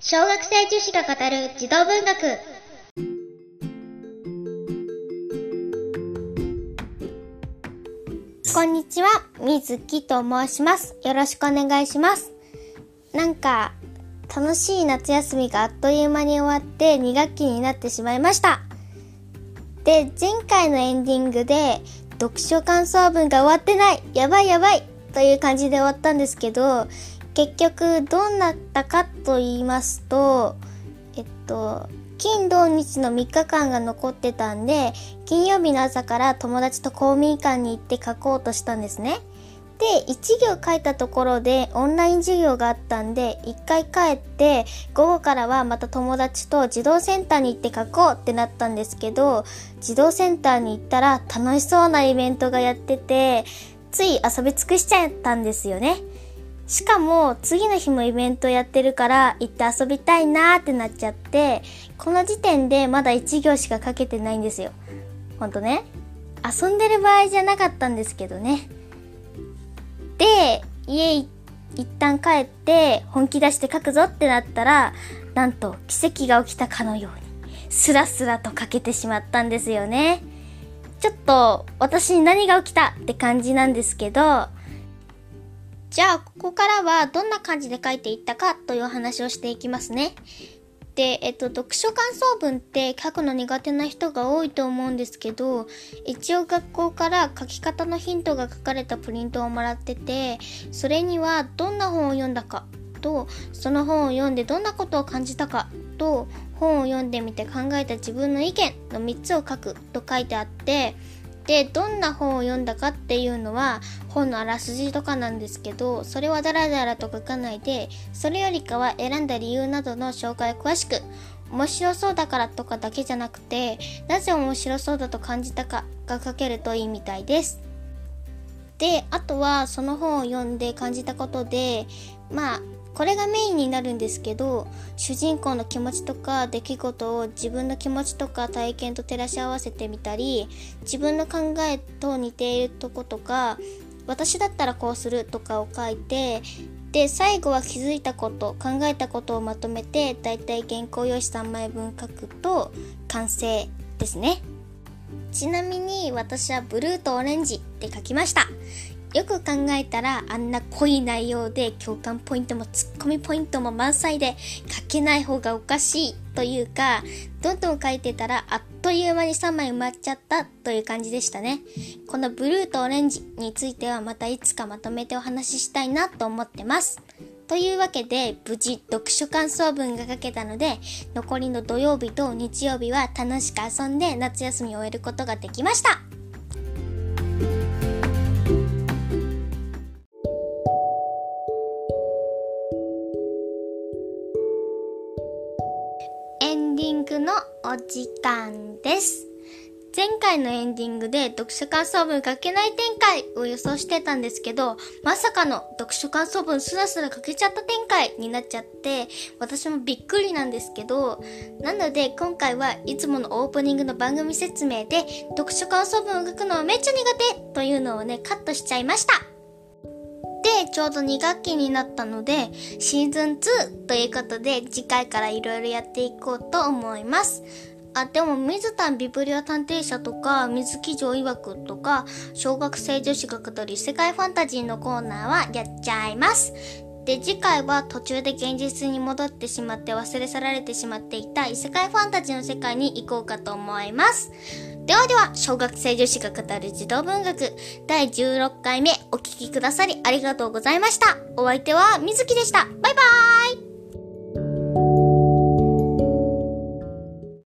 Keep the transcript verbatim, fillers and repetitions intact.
小学生女子が語る児童文学。こんにちは、みずきと申します。よろしくお願いします。なんか楽しい夏休みがあっという間に終わってに学期になってしまいました。で、前回のエンディングで読書感想文が終わってない、やばいやばいという感じで終わったんですけど、結局どうなったかと言いますと、えっと金土日のみっかかんが残ってたんで、金曜日の朝から友達と公民館に行って書こうとしたんですね。で、いち行書いたところでオンライン授業があったんで、いっかい帰って午後からはまた友達と児童センターに行って書こうってなったんですけど、児童センターに行ったら楽しそうなイベントがやってて、つい遊び尽くしちゃったんですよね。しかも次の日もイベントやってるから行って遊びたいなーってなっちゃって、この時点でまだいち行しか書けてないんですよ。ほんとね、遊んでる場合じゃなかったんですけどね。で、家一旦帰って本気出して書くぞってなったら、なんと奇跡が起きたかのようにスラスラと書けてしまったんですよね。ちょっと私に何が起きたって感じなんですけど、じゃあここからはどんな感じで書いていったかという話をしていきますね。で、えっと、読書感想文って書くの苦手な人が多いと思うんですけど、一応学校から書き方のヒントが書かれたプリントをもらってて、それにはどんな本を読んだかと、その本を読んでどんなことを感じたかと、本を読んでみて考えた自分の意見のみっつを書くと書いてあって、で、どんな本を読んだかっていうのは本のあらすじとかなんですけど、それはダラダラと書かないで、それよりかは選んだ理由などの紹介を詳しく、面白そうだからとかだけじゃなくて、なぜ面白そうだと感じたかが書けるといいみたいです。で、あとはその本を読んで感じたことで、まあこれがメインになるんですけど、主人公の気持ちとか出来事を自分の気持ちとか体験と照らし合わせてみたり、自分の考えと似ているとことか、私だったらこうするとかを書いて、で、最後は気づいたこと、考えたことをまとめて、だいたい原稿用紙さんまいぶん書くと完成ですね。ちなみに私はブルーとオレンジって書きました。よく考えたらあんな濃い内容で共感ポイントもツッコミポイントも満載で書けない方がおかしいというか、どんどん書いてたらあっという間にさんまい埋まっちゃったという感じでしたね。このブルーとオレンジについてはまたいつかまとめてお話ししたいなと思ってます。というわけで無事読書感想文が書けたので、残りの土曜日と日曜日は楽しく遊んで夏休みを終えることができました。エンディングのお時間です。前回のエンディングで読書感想文書けない展開を予想してたんですけど、まさかの読書感想文スラスラ書けちゃった展開になっちゃって、私もびっくりなんですけど、なので今回はいつものオープニングの番組説明で読書感想文を書くのはめっちゃ苦手というのをね、カットしちゃいました。で、ちょうどに学期になったのでシーズンツーということで、次回からいろいろやっていこうと思います。あ、でも水谷ビブリオ探偵社とか水木城曰くとか小学生女子が語る異世界ファンタジーのコーナーはやっちゃいます。で、次回は途中で現実に戻ってしまって忘れ去られてしまっていた異世界ファンタジーの世界に行こうかと思います。ではでは、小学生女子が語る児童文学だいじゅうろっかいめお聞きくださりありがとうございました。お相手はみずきでした。バイバーイ。